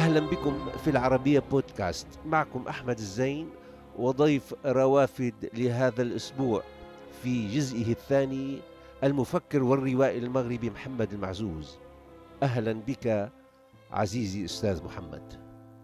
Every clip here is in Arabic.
أهلا بكم في العربية بودكاست. معكم أحمد الزين وضيف روافد لهذا الأسبوع في جزئه الثاني المفكر والروائي المغربي محمد المعزوز. أهلا بك عزيزي أستاذ محمد.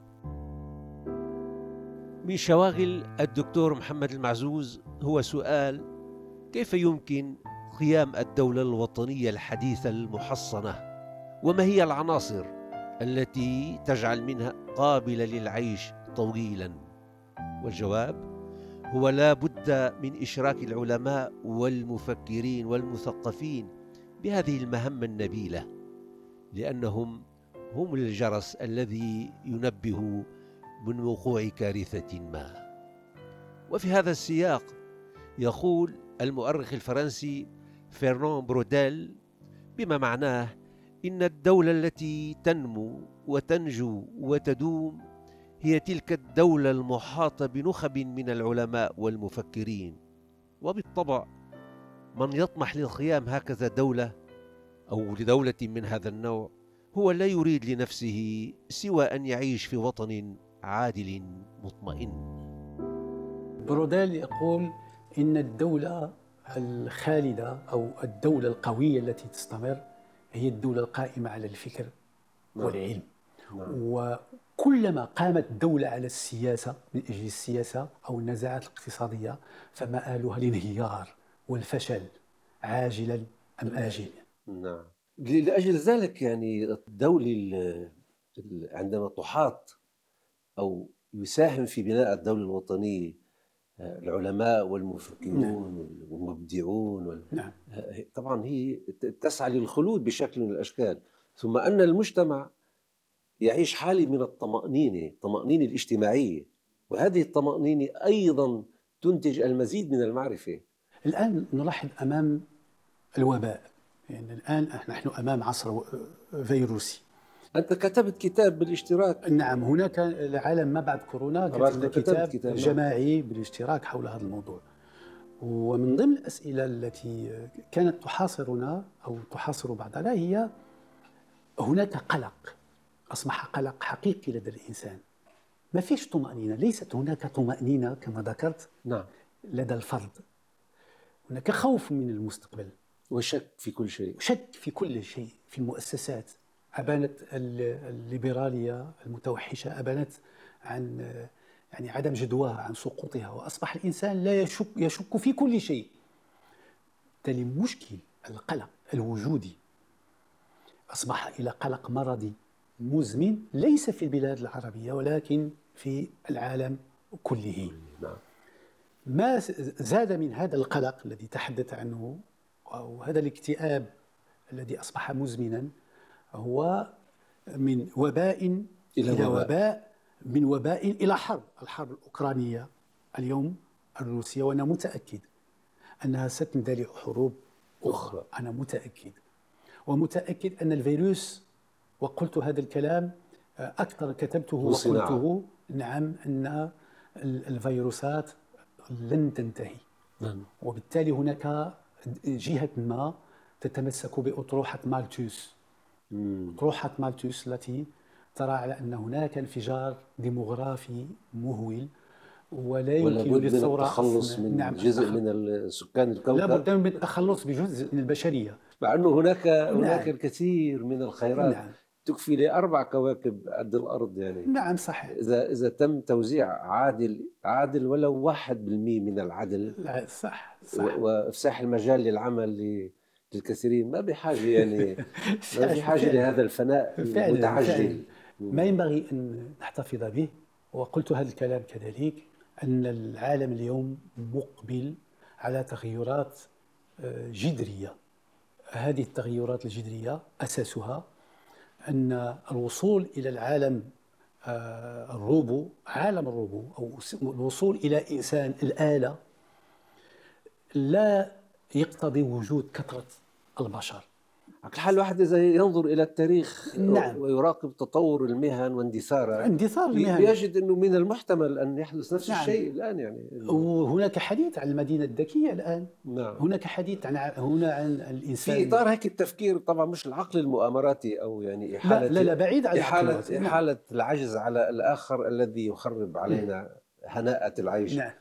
من شواغل الدكتور محمد المعزوز هو سؤال: كيف يمكن قيام الدولة الوطنية الحديثة المحصنة؟ وما هي العناصر التي تجعل منها قابلة للعيش طويلا؟ والجواب هو لا بد من إشراك العلماء والمفكرين والمثقفين بهذه المهمة النبيلة، لأنهم هم الجرس الذي ينبه من وقوع كارثة ما. وفي هذا السياق يقول المؤرخ الفرنسي فرنان بروديل بما معناه إن الدولة التي تنمو وتنجو وتدوم هي تلك الدولة المحاطة بنخب من العلماء والمفكرين. وبالطبع من يطمح للقيام هكذا دولة أو لدولة من هذا النوع هو لا يريد لنفسه سوى أن يعيش في وطن عادل مطمئن. بروديل يقول إن الدولة الخالدة أو الدولة القوية التي تستمر هي الدولة القائمة على الفكر والعلم. وكلما قامت دولة على السياسة من أجل السياسة أو النزاعات الاقتصادية فمآلها الانهيار والفشل عاجلا أم آجلا. نعم. لأجل ذلك يعني الدولة عندما تحاط أو يساهم في بناء الدولة الوطنية العلماء والمفكرون والمبدعون نعم. طبعا هي تسعى للخلود بشكل من الأشكال، ثم أن المجتمع يعيش حالة من الطمأنينة الاجتماعية، وهذه الطمأنينة أيضا تنتج المزيد من المعرفة. الآن نلاحظ أمام الوباء، يعني الآن نحن أمام عصر فيروسي. أنت كتبت كتاب بالاشتراك. نعم، هناك العالم ما بعد كورونا كتبنا كتاب جماعي بالاشتراك حول هذا الموضوع. ومن ضمن الأسئلة التي كانت تحاصرنا أو تحاصر بعضنا هي هناك قلق، أصبح قلق حقيقي لدى الإنسان، ما فيش طمأنينة، ليست هناك طمأنينة كما ذكرت. نعم. لدى الفرد هناك خوف من المستقبل وشك في كل شيء، شك في كل شيء، في المؤسسات. أبانت الليبرالية المتوحشة أبانت عن يعني عدم جدواها، عن سقوطها، وأصبح الإنسان لا يشك في كل شيء. بالتالي مشكل القلق الوجودي أصبح إلى قلق مرضي مزمن، ليس في البلاد العربية ولكن في العالم كله. ما زاد من هذا القلق الذي تحدث عنه أو هذا الاكتئاب الذي أصبح مزمنا هو من وباء إلى وباء، من وباء إلى حرب. الحرب الأوكرانية اليوم الروسية، وأنا متأكد أنها ستندلع حروب أخرى. أنا متأكد، ومتأكد أن الفيروس، وقلت هذا الكلام أكثر كتبته وقلته، نعم، أن الفيروسات لن تنتهي. وبالتالي هناك جهة ما تتمسك بأطروحة مالثوس. أطروحة مالثوس التي ترى على أن هناك انفجار ديموغرافي مهول ولا يمكن للثورة التخلص من جزء من سكان الكوكب. لا بد من التخلص بجزء من البشرية، مع أنه هناك الكثير من الخيرات. نعم. تكفي ل4 كواكب قد الأرض يعني. نعم صحيح. إذا تم توزيع عادل ولو 1% من العدل، صح. وإفساح المجال للعمل للكثيرين، ما بحاجة يعني ما في حاجة لهذا الفناء المتعجل. ما ينبغي أن نحتفظ به، وقلت هذا الكلام كذلك، أن العالم اليوم مقبل على تغيرات جذرية. هذه التغيرات الجذرية أساسها أن الوصول إلى العالم عالم الروبو أو الوصول إلى إنسان الآلة لا يقتضي وجود كثرة البشر. على كل حال الواحد إذا ينظر إلى التاريخ نعم. ويراقب تطور المهن واندثارها اندثار المهن، بيجد أنه من المحتمل أن يحدث نفس نعم. الشيء الآن يعني. وهناك حديث عن المدينة الذكية الآن. نعم. هناك حديث عن الإنسان في إطار هيك التفكير، طبعا مش العقل المؤامراتي أو يعني لا لا لا، بعيد عن إحالة العجز على الآخر الذي يخرب علينا هناءة العيش. نعم.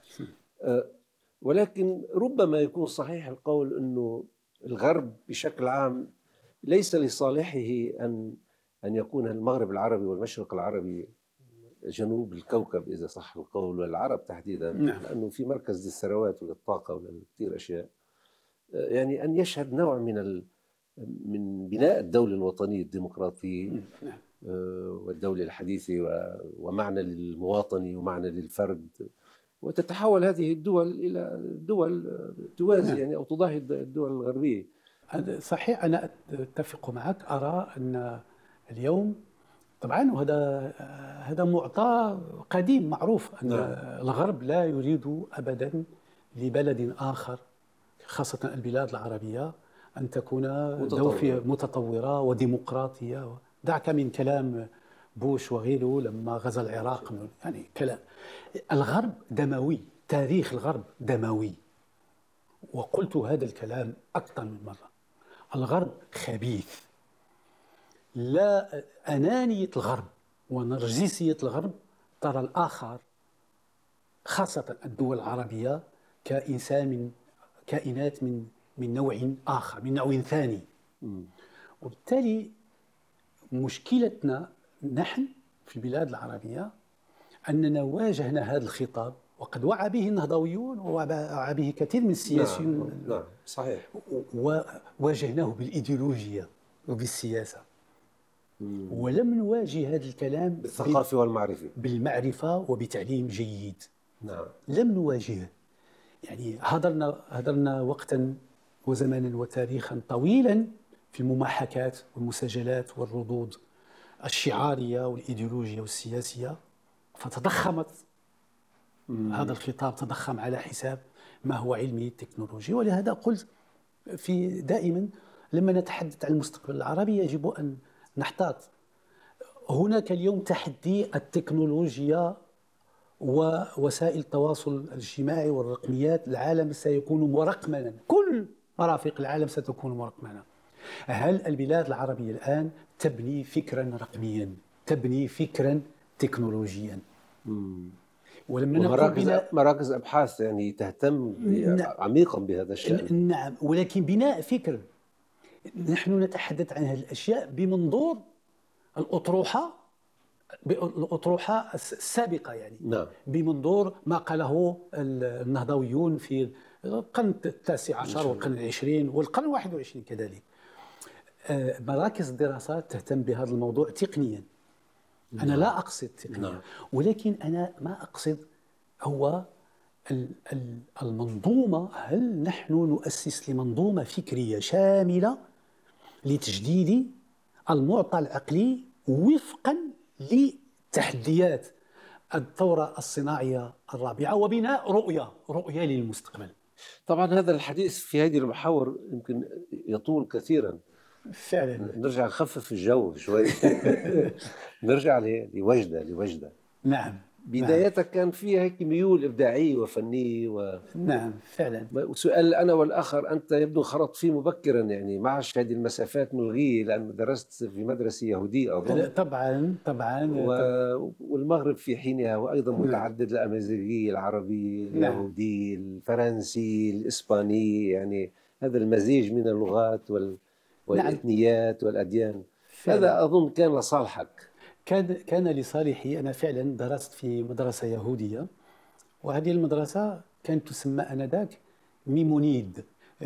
ولكن ربما يكون صحيح القول أنه الغرب بشكل عام ليس لصالحه أن يكون المغرب العربي والمشرق العربي جنوب الكوكب إذا صح القول، والعرب تحديدا. نعم. لأنه في مركز للثروات وللطاقة ولكثير أشياء، يعني أن يشهد نوع من بناء الدولة الوطنية الديمقراطية نعم. والدولة الحديثة ومعنى للمواطن ومعنى للفرد، وتتحول هذه الدول إلى دول توازي يعني أو تضاهي الدول الغربية. صحيح، أنا أتفق معك. أرى أن اليوم طبعا، وهذا معطى قديم معروف، أن الغرب لا يريد أبدا لبلد آخر خاصة البلاد العربية أن تكون متطورة وديمقراطية. دعك من كلام بوش وغيره لما غزا العراق، يعني كلام الغرب دموي، تاريخ الغرب دموي، وقلت هذا الكلام أكثر من مرة. الغرب خبيث. لا، أنانية الغرب ونرجسية الغرب ترى الآخر خاصة الدول العربية كائنات من نوع آخر، من نوع ثاني. وبالتالي مشكلتنا نحن في البلاد العربية أننا واجهنا هذا الخطاب، وقد وعى به النهضويون ووعى به كثير من السياسيون. نعم صحيح. وواجهناه بالإيديولوجيا وبالسياسة، ولم نواجه هذا الكلام بالثقافة والمعرفة، بالمعرفة وبتعليم جيد. نعم. لم نواجهه. يعني هدرنا وقتا وزمانا وتاريخا طويلا في المماحكات والمساجلات والردود الشعارية والإيديولوجية والسياسية، فتضخمت هذا الخطاب، تضخم على حساب ما هو علمي تكنولوجي. ولهذا قلت دائما لما نتحدث عن المستقبل العربي يجب أن نحتاط. هناك اليوم تحدي التكنولوجيا ووسائل التواصل الاجتماعي والرقميات. العالم سيكون مرقمنا، كل مرافق العالم ستكون مرقمنا. هل البلاد العربية الآن تبني فكرا رقميا، تبني فكرا تكنولوجيا؟ مراكز أبحاث يعني تهتم عميقا بهذا الشأن. نعم، ولكن بناء فكر. نحن نتحدث عن هذه الأشياء بمنظور الأطروحة السابقة، يعني نعم. بمنظور ما قاله النهضويون في القرن التاسع عشر والقرن العشرين والقرن 21 كذلك. مراكز الدراسات تهتم بهذا الموضوع تقنيا. أنا لا أقصد تقنيا، ولكن أنا ما أقصد هو المنظومة. هل نحن نؤسس لمنظومة فكرية شاملة لتجديد المعطى العقلي وفقا لتحديات الثورة الصناعية الرابعة، وبناء رؤية للمستقبل؟ طبعا هذا الحديث في هذه المحاور يمكن يطول كثيرا فعلا. نرجع نخفف الجو شوي. نرجع لوجدة. نعم. بدايتك كان فيها هيك ميول إبداعية وفنية نعم فعلا. وسؤال أنا والآخر أنت يبدو خرطت فيه مبكرا، يعني معش هذه المسافات ملغية لأن درست في مدرسة يهودية أظن. طبعا. والمغرب في حينها وأيضا متعدد الأمازيغية، العربية، اليهودية، الفرنسي، الإسباني، يعني هذا المزيج من اللغات والإثنيات والأديان. هذا أظن كان لصالحك. كان لصالحي. أنا فعلا درست في مدرسة يهودية، وهذه المدرسة كانت تسمى آنذاك ميمونيد.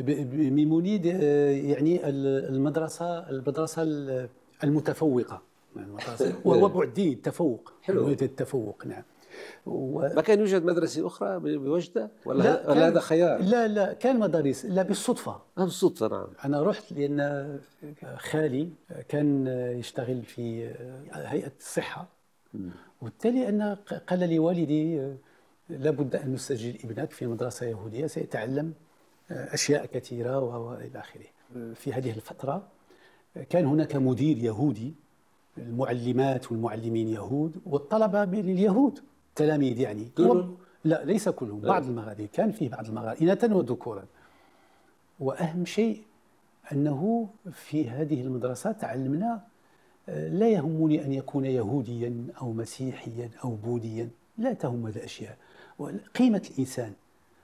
يعني المدرسة المتفوقة، وبعدين التفوق. حلو. التفوق، نعم. ما كان يوجد مدرسة أخرى بوجدة ولا هذا خيار؟ لا كان مدارس، لا بالصدفة. بالصدفة، نعم. أنا رحت لأن خالي كان يشتغل في هيئة الصحة، وبالتالي أنا قال لي والدي لابد أن نسجل ابنك في مدرسة يهودية سيتعلم أشياء كثيرة وإلى آخره. في هذه الفترة كان هناك مدير يهودي، المعلمات والمعلمين يهود، والطلبة من اليهود، تلاميذ يعني. كلهم؟ لا، ليس كلهم، بعض المغاربة، كان فيه بعض المغاربة إناثا وذكورا. وأهم شيء أنه في هذه المدرسة تعلمنا لا يهمني أن يكون يهوديا أو مسيحيا أو بوذيا، لا تهم هذه الأشياء، قيمة الإنسان.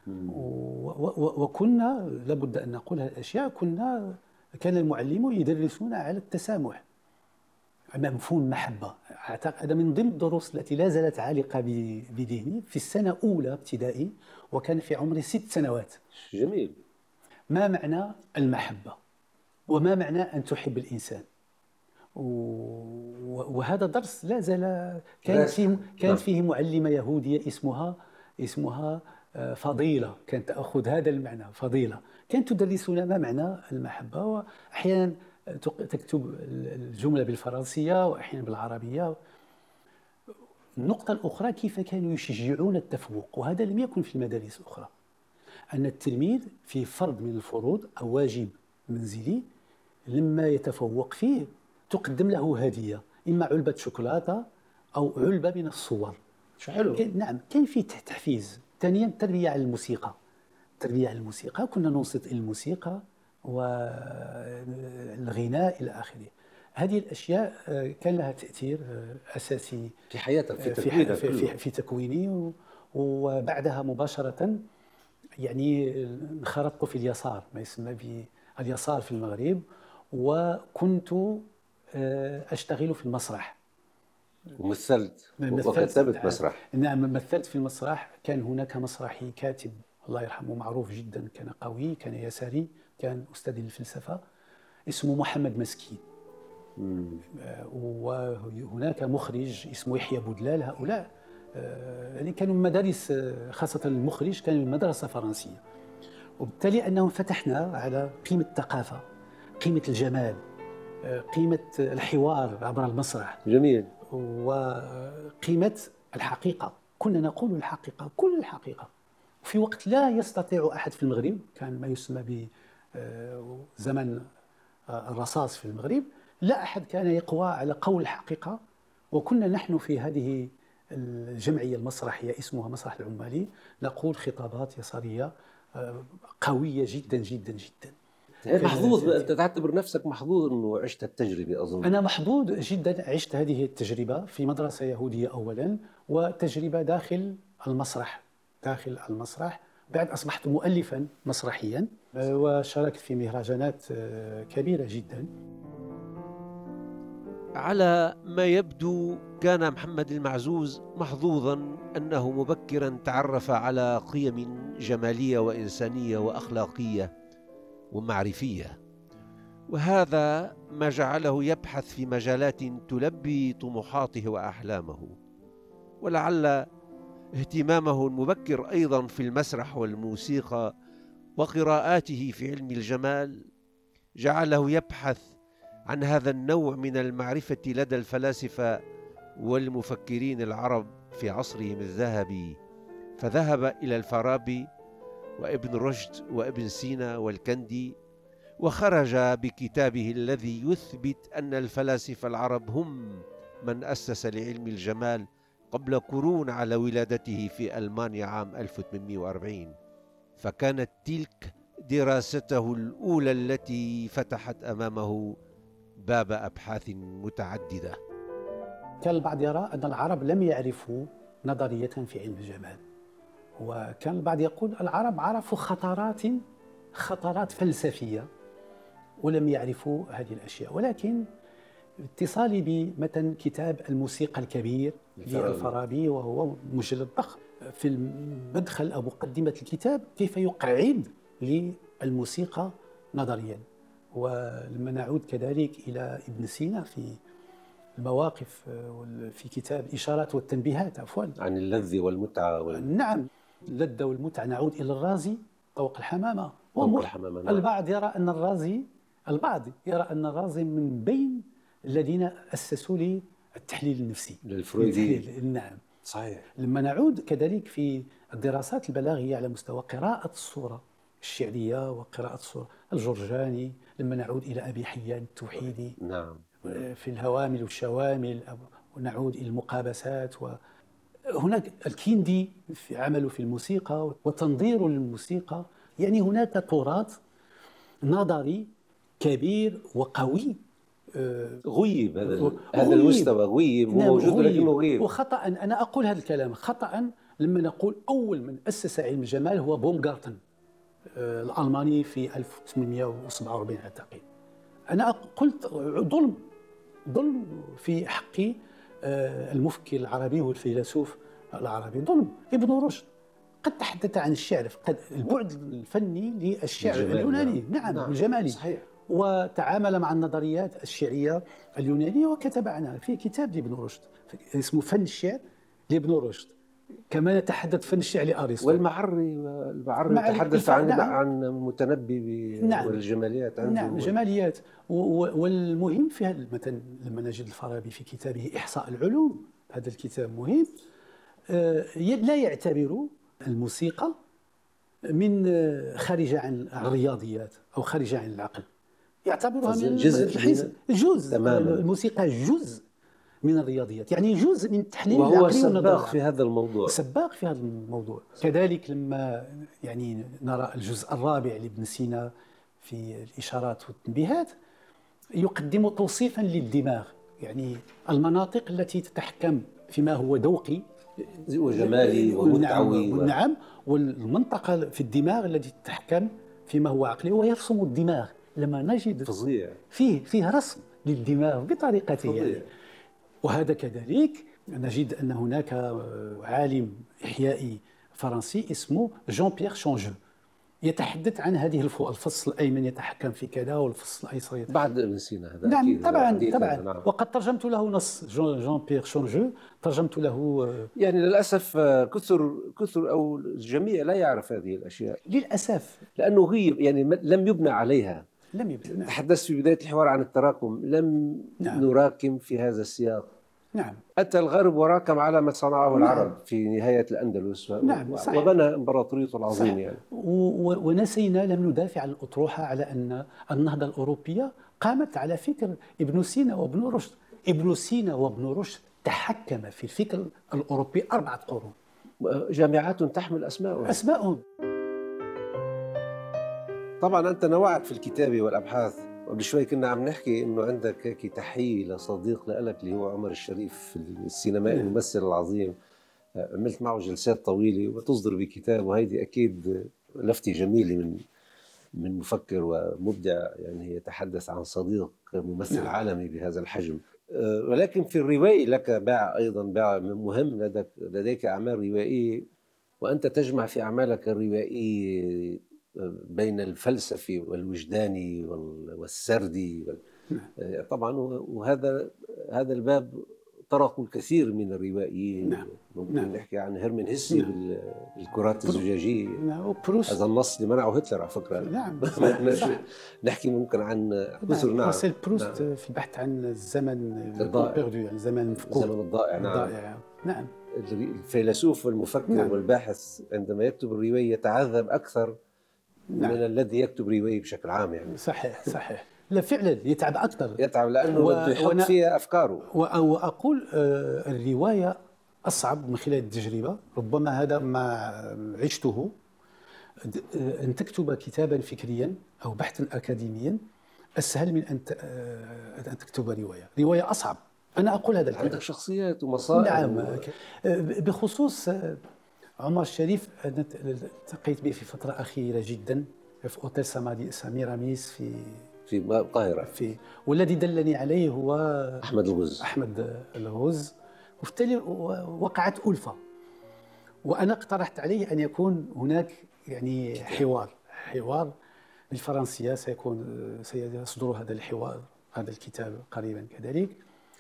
وكنا لابد أن نقول هذه الأشياء. كان المعلم يدرسون على التسامح، مفهوم المحبة. أعتقد هذا من ضمن الدروس التي لا زالت عالقة بذهني في السنة أولى ابتدائي، وكان في عمري 6 سنوات. جميل. ما معنى المحبة؟ وما معنى أن تحب الإنسان؟ وهذا درس لا زال. كانت فيه معلمة يهودية اسمها فضيلة، كانت تأخذ هذا المعنى. فضيلة كانت تدرسنا ما معنى المحبة، وأحيانا تكتب الجملة بالفرنسية وأحيانا بالعربية. النقطة الأخرى كيف كانوا يشجعون التفوق، وهذا لم يكن في المدارس الأخرى. أن التلميذ في فرض من الفروض أو واجب منزلي لما يتفوق فيه تقدم له هدية، إما علبة شوكولاتة أو علبة من الصور. حلو. نعم، كان في تحفيز. ثانيا التربية على الموسيقى. كنا ننصت إلى الموسيقى والغناء إلى آخره. هذه الأشياء كان لها تأثير أساسي في حياتك، في تكويني. وبعدها مباشرة يعني انخرطت في اليسار، ما يسمى باليسار في المغرب، وكنت أشتغل في المسرح. ومثلت وكتبت مسرح. نعم، مثلت في المسرح. كان هناك مسرحي كاتب الله يرحمه معروف جدا، كان قوي، كان يساري، كان أستاذ الفلسفة، اسمه محمد مسكين. وهناك مخرج اسمه يحيى بودلال. هؤلاء يعني كانوا من مدارس، خاصة المخرج كان من مدرسة فرنسية. وبالتالي أنهم فتحنا على قيمة الثقافة، قيمة الجمال، قيمة الحوار عبر المسرح. جميل. وقيمة الحقيقة. كنا نقول الحقيقة، كل الحقيقة، في وقت لا يستطيع أحد في المغرب. كان ما يسمى بزمن الرصاص في المغرب، لا أحد كان يقوى على قول الحقيقة. وكنا نحن في هذه الجمعية المسرحية اسمها مسرح العمالي نقول خطابات يسارية قوية جدا جدا جدا. محظوظ، أنت تعتبر نفسك محظوظ أنه عشت التجربة؟ أظن أنا محظوظ جدا، عشت هذه التجربة في مدرسة يهودية أولا، وتجربة داخل المسرح. بعد أصبحت مؤلفا مسرحيا، وشاركت في مهرجانات كبيرة جدا. على ما يبدو كان محمد المعزوز محظوظا أنه مبكرا تعرف على قيم جمالية وإنسانية وأخلاقية ومعرفية، وهذا ما جعله يبحث في مجالات تلبي طموحاته وأحلامه. ولعل اهتمامه المبكر أيضا في المسرح والموسيقى وقراءاته في علم الجمال جعله يبحث عن هذا النوع من المعرفة لدى الفلاسفة والمفكرين العرب في عصرهم الذهبي، فذهب إلى الفارابي وابن رشد وابن سينا والكندي، وخرج بكتابه الذي يثبت أن الفلاسفة العرب هم من أسس لعلم الجمال قبل قرون على ولادته في ألمانيا عام 1840. فكانت تلك دراسته الأولى التي فتحت أمامه باب أبحاث متعددة. كان البعض يرى أن العرب لم يعرفوا نظرية في علم الجمال، وكان البعض يقول العرب عرفوا خطرات فلسفية ولم يعرفوا هذه الأشياء. ولكن اتصالي بمتن كتاب الموسيقى الكبير للفارابي، وهو مجلد ضخم، في المدخل أو مقدمة الكتاب كيف يقعد للموسيقى نظريا. ولما نعود كذلك إلى ابن سينا في المواقف، في كتاب الإشارات والتنبيهات عن اللذة والمتعة نعم، اللذة والمتعة. نعود إلى الرازي طوق الحمامة. نعم. البعض يرى أن الرازي من بين الذين أسسوا للتحليل النفسي للفرويدي. نعم صحيح. لما نعود كذلك في الدراسات البلاغية على مستوى قراءة الصورة الشعرية وقراءة الصورة، الجرجاني، لما نعود إلى أبي حيان التوحيدي نعم. في الهوامل والشوامل، ونعود إلى المقابسات. وهناك الكيندي في عمله في الموسيقى وتنظير الموسيقى. يعني هناك تراث نظري كبير وقوي غيب. هذا المستوى غيب وموجود، ولكنه غيب. وخطأ أنا أقول هذا الكلام خطأ لما نقول أول من أسس علم الجمال هو بومغارتن الألماني في 1847 أعتقد. أنا قلت ظلم في حق المفكر العربي والفيلسوف العربي، ظلم. ابن رشد قد تحدث عن الشعر، قد البعد الفني للشعر اليوناني، نعم الجمالي، صحيح. وتعامل مع النظريات الشعرية اليونانية وكتب عنها في كتاب لابن رشد اسمه فن الشعر لابن رشد، كما نتحدث فن الشعر لأرسطو. والمعري تحدث عن المتنبي والجماليات عنده. نعم الجماليات. والمهم في هذا مثلا لما نجد الفارابي في كتابه إحصاء العلوم، هذا الكتاب مهم، لا يعتبر الموسيقى من خارجة عن الرياضيات أو خارجة عن العقل، يعتبرها من جزء. الموسيقى جزء من الرياضيات، يعني جزء من التحليل العقلي، وهو سباق في هذا الموضوع. كذلك لما يعني نرى الجزء الرابع لابن سينا في الإشارات والتنبيهات يقدم توصيفا للدماغ، يعني المناطق التي تتحكم فيما هو ذوقي وجمالي ومتعوي. نعم، والمنطقة في الدماغ التي تتحكم فيما هو عقلي، ويرسم الدماغ. لما نجد فظيع فيه رسم للدماغ بطريقته يعني. وهذا كذلك نجد أن هناك عالم إحيائي فرنسي اسمه جون بيير شونجو يتحدث عن هذه الفصل الأيمن يتحكم في كذا والفصل الأيسر بعد ابن سينا هذا. نعم أكيد طبعا. نعم. وقد ترجمت له نص جون بيير شونجو، ترجمت له. يعني للأسف كثر أو الجميع لا يعرف هذه الأشياء للأسف، لأنه غيب، يعني لم يبنى عليها. نعم. تحدثت في بداية الحوار عن التراكم، لم نراكم في هذا السياق. نعم. أتى الغرب وراكم على ما صنعه العرب في نهاية الأندلس وبنى إمبراطوريته العظيم يعني. ونسينا، لم ندافع عن الأطروحة على أن النهضة الأوروبية قامت على فكر ابن سينا وابن رشد. ابن سينا وابن رشد تحكم في الفكر الأوروبي 4 قرون. جامعات تحمل أسماءهم. طبعا أنت نوعت في الكتابة والأبحاث، وقبل شوي كنا عم نحكي إنه عندك هيك تحية لصديق لك اللي هو عمر الشريف في السينمائي الممثل العظيم، عملت معه جلسات طويلة وتصدر بكتاب، وهيدي أكيد لفتة جميلة من مفكر ومبدع يعني يتحدث عن صديق ممثل عالمي بهذا الحجم. ولكن في الرواية لك أيضا باع مهم، لديك أعمال روائية، وأنت تجمع في أعمالك الروائية بين الفلسفي والوجداني والسردي طبعا. وهذا الباب طرقوا الكثير من الروائيين. ممكن نحكي عن هيرمان هيسي بالكرات الزجاجية، هذا النص اللي منعه هتلر على فكرة. نعم. نحكي ممكن عن كثر. نعم. بروست في البحث عن الزمن الضائع، يعني الزمن المفقود، الزمن الضائع. نعم. الفيلسوف والمفكر والباحث عندما يكتب الرواية يتعذب أكثر من الذي يكتب رواية بشكل عام يعني. صحيح. لا فعلا يتعب أكثر، لأنه بده يحط فيها أفكاره. وأقول الرواية أصعب من خلال التجربة، ربما هذا ما عشته. أن تكتب كتابا فكريا أو بحثا أكاديميا أسهل من أن تكتب رواية أصعب. أنا أقول هذا الكلام. عندك شخصيات ومصائب. نعم. بخصوص عمر الشريف، أنا التقيت به في فترة أخيرة جدا في أوتيل سميراميس في القاهرة. والذي دلني عليه هو أحمد الغوز. وبالتالي وقعت ألفة، وأنا اقترحت عليه أن يكون هناك يعني حوار بالفرنسية، سيصدر هذا الحوار، هذا الكتاب قريبا كذلك.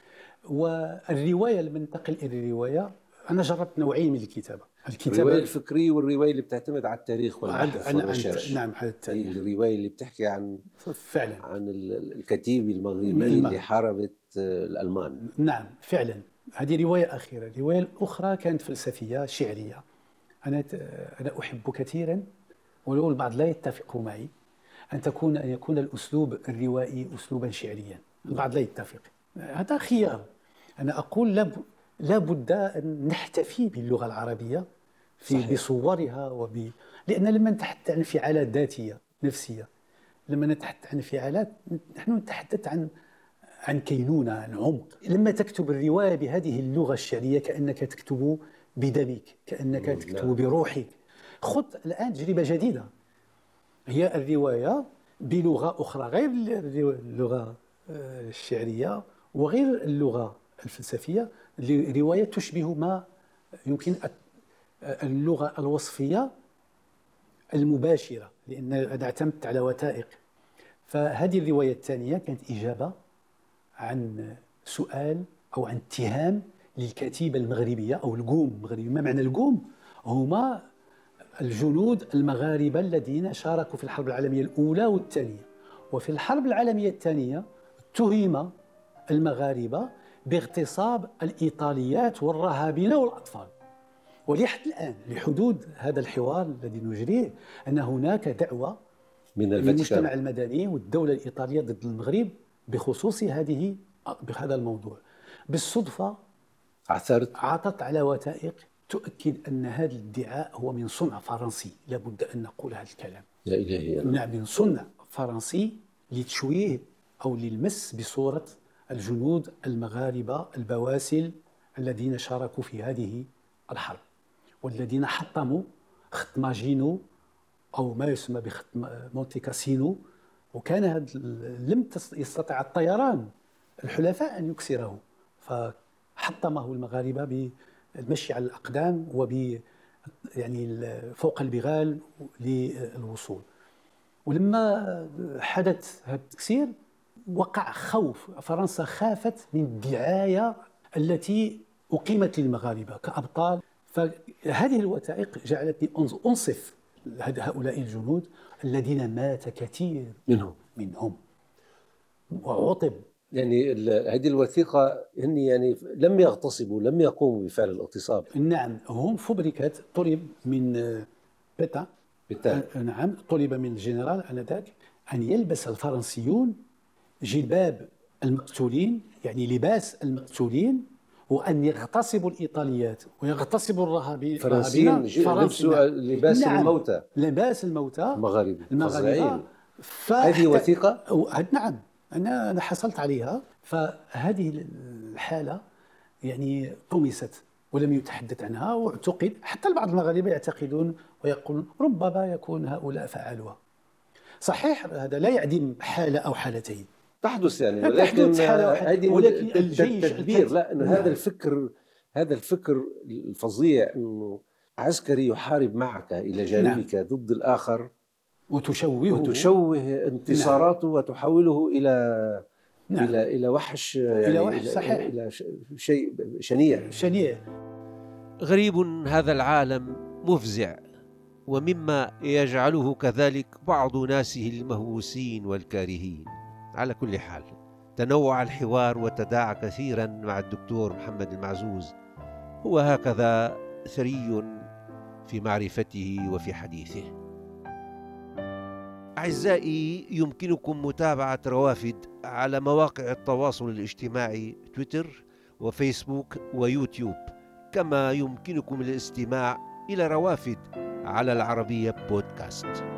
والرواية لما ننتقل إلى الرواية، أنا جربت نوعين من الكتابة الرواية الفكرية والرواية اللي بتعتمد على التاريخ والبحث والريسيرش. نعم، هذا التاريخ. الرواية اللي بتحكي عن فعلا عن الكتيبة المغربية اللي حاربت الألمان. نعم فعلا، هذه رواية أخيرة. الرواية الأخرى كانت فلسفية شعرية. أنا أحب كثيرا، ولو البعض لا يتفق معي، أن يكون الأسلوب الروائي أسلوبا شعريا. البعض لا يتفق، هذا خيار. أنا أقول لا بد أن نحتفي باللغة العربية بصورها لأن لما نتحدث عن انفعالات ذاتية نفسية، لما نتحدث عن انفعالات نحن نتحدث عن كينونة، عن عمق. لما تكتب الرواية بهذه اللغة الشعرية كأنك تكتب بدمك، كأنك تكتب بروحك. خذ الآن تجربة جديدة، هي الرواية بلغة أخرى غير اللغة الشعرية وغير اللغة الفلسفية، رواية تشبه ما يمكن اللغة الوصفية المباشرة، لأن أنا اعتمدت على وثائق. فهذه الرواية الثانية كانت إجابة عن سؤال أو عن اتهام للكتيبة المغربية أو القوم المغربي. ما معنى القوم؟ هما الجنود المغاربة الذين شاركوا في الحرب العالمية الأولى والثانية. وفي الحرب العالمية الثانية اتهم المغاربة باغتصاب الإيطاليات والرهابنة والأطفال. ولحد الآن لحدود هذا الحوار الذي نجريه أن هناك دعوة من المجتمع المدني والدولة الإيطالية ضد المغرب بخصوص بهذا الموضوع. بالصدفة عثرت على وثائق تؤكد أن هذا الادعاء هو من صنع فرنسي. لابد أن نقول هذا الكلام. لا إله إلا الله. من صنع فرنسي لتشويه أو للمس بصورة الجنود المغاربة البواسل الذين شاركوا في هذه الحرب والذين حطموا خط ماجينو أو ما يسمى بخط مونتي كاسينو. وكان لم يستطع الطيران الحلفاء أن يكسره، فحطمه المغاربة بالمشي على الأقدام يعني فوق البغال للوصول. ولما حدث هذا التكسير وقع خوف، فرنسا خافت من الدعاية التي أقيمت للمغاربة كأبطال. فهذه الوثائق جعلتني أنصف هؤلاء الجنود الذين مات كثير منهم وعطب. يعني هذه الوثيقة يعني لم يغتصبوا، لم يقوموا بفعل الاغتصاب. نعم، هم فبركت، طلب من بيتا. نعم، طلب من الجنرال آنذاك أن يلبس الفرنسيون جلباب المقتولين، يعني لباس المقتولين، وأن يغتصبوا الإيطاليات ويغتصبوا الرهابين. الفرنسيين لبسوا لباس الموتى. لباس الموتى المغاربة. هذه وثيقة؟ نعم، أنا حصلت عليها. فهذه الحالة يعني طمست ولم يتحدث عنها واعتقد، حتى بعض المغاربة يعتقدون ويقولون ربما يكون هؤلاء فعلوها. صحيح هذا لا يعدم حالة أو حالتين تحدث يعني، ولكن التدبير لا، أن هذا الفكر الفظيع أنه عسكري يحارب معك إلى جانبك ضد الآخر وتشوه انتصاراته وتحوله إلى وحش، يعني إلى شيء شنيع. غريب هذا العالم، مفزع، ومما يجعله كذلك بعض ناسه المهووسين والكارهين. على كل حال، تنوع الحوار وتداعى كثيرا مع الدكتور محمد المعزوز. هو هكذا ثري في معرفته وفي حديثه. أعزائي، يمكنكم متابعة روافد على مواقع التواصل الاجتماعي تويتر وفيسبوك ويوتيوب، كما يمكنكم الاستماع إلى روافد على العربية بودكاست.